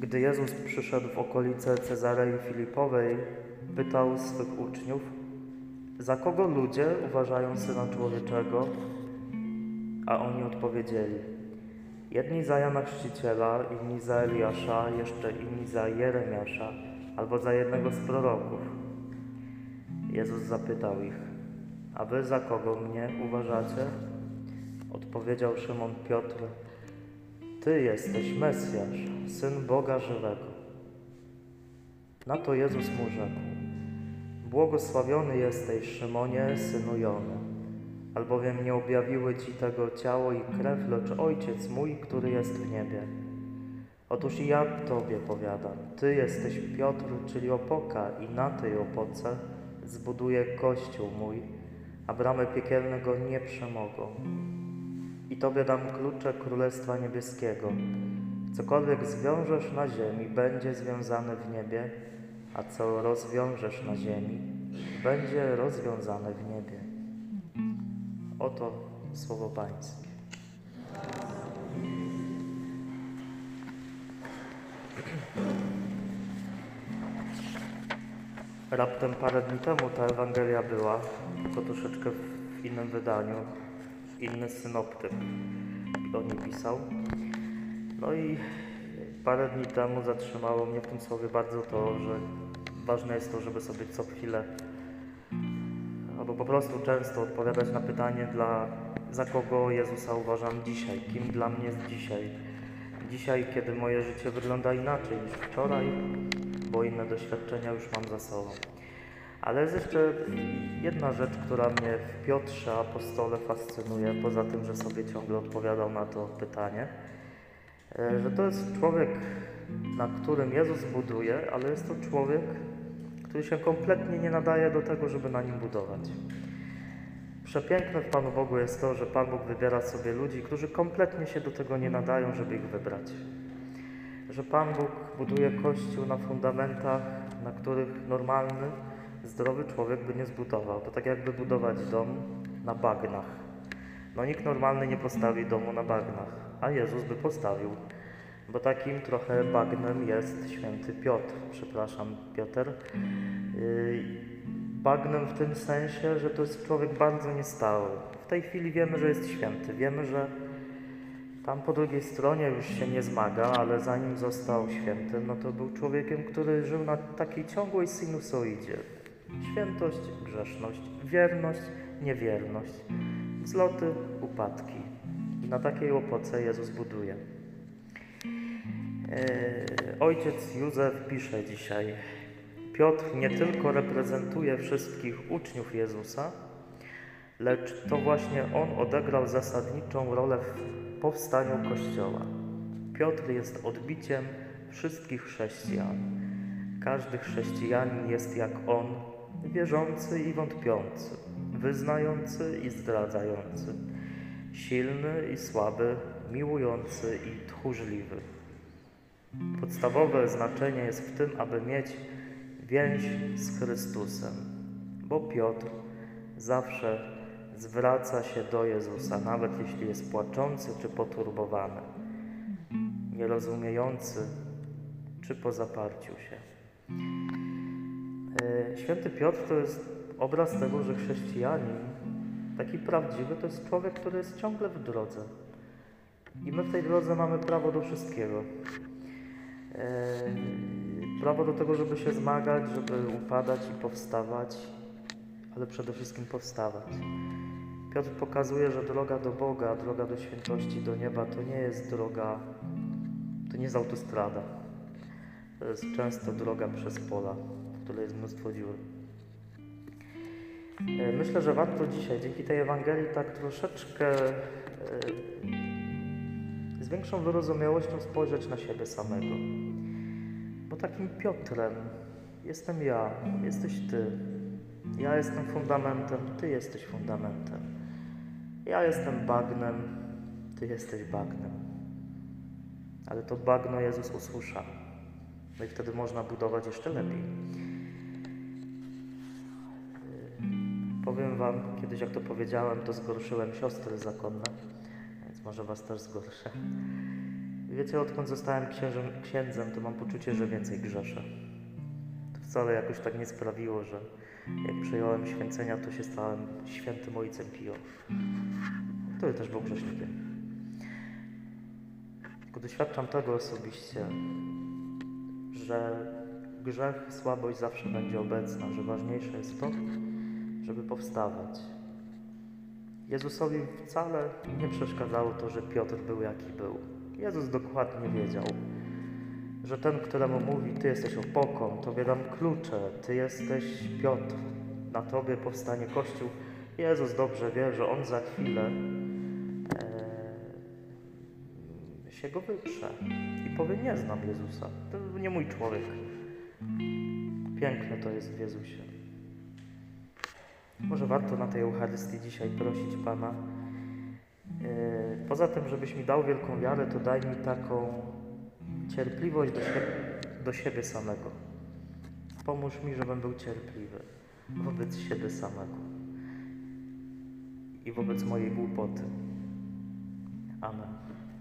Gdy Jezus przyszedł w okolice Cezarei Filipowej, pytał swych uczniów, za kogo ludzie uważają Syna Człowieczego? A oni odpowiedzieli, jedni za Jana Chrzciciela, inni za Eliasza, jeszcze inni za Jeremiasza albo za jednego z proroków. Jezus zapytał ich, a wy za kogo mnie uważacie? Odpowiedział Szymon Piotr, Ty jesteś Mesjasz, Syn Boga żywego. Na to Jezus mu rzekł, błogosławiony jesteś, Szymonie, synu Jony, albowiem nie objawiły Ci tego ciało i krew, lecz Ojciec mój, który jest w niebie. Otóż i ja Tobie powiadam, Ty jesteś Piotr, czyli opoka, i na tej opoce zbuduję Kościół mój, a bramy piekielne go nie przemogą. I Tobie dam klucze Królestwa Niebieskiego. Cokolwiek zwiążesz na ziemi, będzie związane w niebie, a co rozwiążesz na ziemi, będzie rozwiązane w niebie. Oto słowo Pańskie. Raptem parę dni temu ta Ewangelia była, tylko troszeczkę w innym wydaniu, inny synoptyk o niej pisał. No i parę dni temu zatrzymało mnie w tym słowie bardzo to, że ważne jest to, żeby sobie co chwilę albo po prostu często odpowiadać na pytanie, za kogo Jezusa uważam dzisiaj, kim dla mnie jest dzisiaj. Dzisiaj, kiedy moje życie wygląda inaczej niż wczoraj, bo inne doświadczenia już mam za sobą. Ale jest jeszcze jedna rzecz, która mnie w Piotrze apostole fascynuje, poza tym, że sobie ciągle odpowiadał na to pytanie, że to jest człowiek, na którym Jezus buduje, ale jest to człowiek, który się kompletnie nie nadaje do tego, żeby na nim budować. Przepiękne w Panu Bogu jest to, że Pan Bóg wybiera sobie ludzi, którzy kompletnie się do tego nie nadają, żeby ich wybrać. Że Pan Bóg buduje Kościół na fundamentach, na których normalny, zdrowy człowiek by nie zbudował. To tak jakby budować dom na bagnach. No nikt normalny nie postawi domu na bagnach, a Jezus by postawił. Bo takim trochę bagnem jest święty Piotr, Piotr. Bagnem w tym sensie, że to jest człowiek bardzo niestały. W tej chwili wiemy, że jest święty. Wiemy, że tam po drugiej stronie już się nie zmaga, ale zanim został świętym, no to był człowiekiem, który żył na takiej ciągłej sinusoidzie. Świętość, grzeszność, wierność, niewierność, wzloty, upadki. I na takiej opoce Jezus buduje. Ojciec Józef pisze dzisiaj, Piotr nie tylko reprezentuje wszystkich uczniów Jezusa, lecz to właśnie on odegrał zasadniczą rolę w powstaniu Kościoła. Piotr jest odbiciem wszystkich chrześcijan. Każdy chrześcijanin jest jak on, wierzący i wątpiący, wyznający i zdradzający, silny i słaby, miłujący i tchórzliwy. Podstawowe znaczenie jest w tym, aby mieć więź z Chrystusem, bo Piotr zawsze zwraca się do Jezusa, nawet jeśli jest płaczący czy poturbowany, nierozumiejący czy po zaparciu się. Święty Piotr to jest obraz tego, że chrześcijanin, taki prawdziwy, to jest człowiek, który jest ciągle w drodze. I my w tej drodze mamy prawo do wszystkiego. Prawo do tego, żeby się zmagać, żeby upadać i powstawać, ale przede wszystkim powstawać. Piotr pokazuje, że droga do Boga, droga do świętości, do nieba to nie jest droga, to nie jest autostrada. To jest często droga przez pola, w której jest mnóstwo dziur. Myślę, że warto dzisiaj, dzięki tej Ewangelii, tak troszeczkę z większą wyrozumiałością spojrzeć na siebie samego. Bo takim Piotrem jestem ja, jesteś Ty. Ja jestem fundamentem, Ty jesteś fundamentem. Ja jestem bagnem, Ty jesteś bagnem. Ale to bagno Jezus usłysza. No i wtedy można budować jeszcze lepiej. Powiem Wam, kiedyś jak to powiedziałem, to zgorszyłem siostry zakonne, więc może Was też zgorszę. Wiecie, odkąd zostałem księdzem, to mam poczucie, że więcej grzeszę. To wcale jakoś tak nie sprawiło, że jak przyjąłem święcenia, to się stałem świętym ojcem Pio, który też był grzesznikiem. Tylko doświadczam tego osobiście, że grzech, słabość zawsze będzie obecna, że ważniejsze jest to, żeby powstawać. Jezusowi wcale nie przeszkadzało to, że Piotr był jaki był. Jezus dokładnie wiedział, że ten, któremu mówi, ty jesteś opoką, tobie dam klucze, ty jesteś Piotr, na tobie powstanie Kościół. Jezus dobrze wie, że on za chwilę się go wyprze i powie, nie znam Jezusa, to nie mój człowiek. Piękne to jest w Jezusie. Może warto na tej Eucharystii dzisiaj prosić Pana. Poza tym, żebyś mi dał wielką wiarę, to daj mi taką cierpliwość do siebie samego. Pomóż mi, żebym był cierpliwy wobec siebie samego i wobec mojej głupoty. Amen.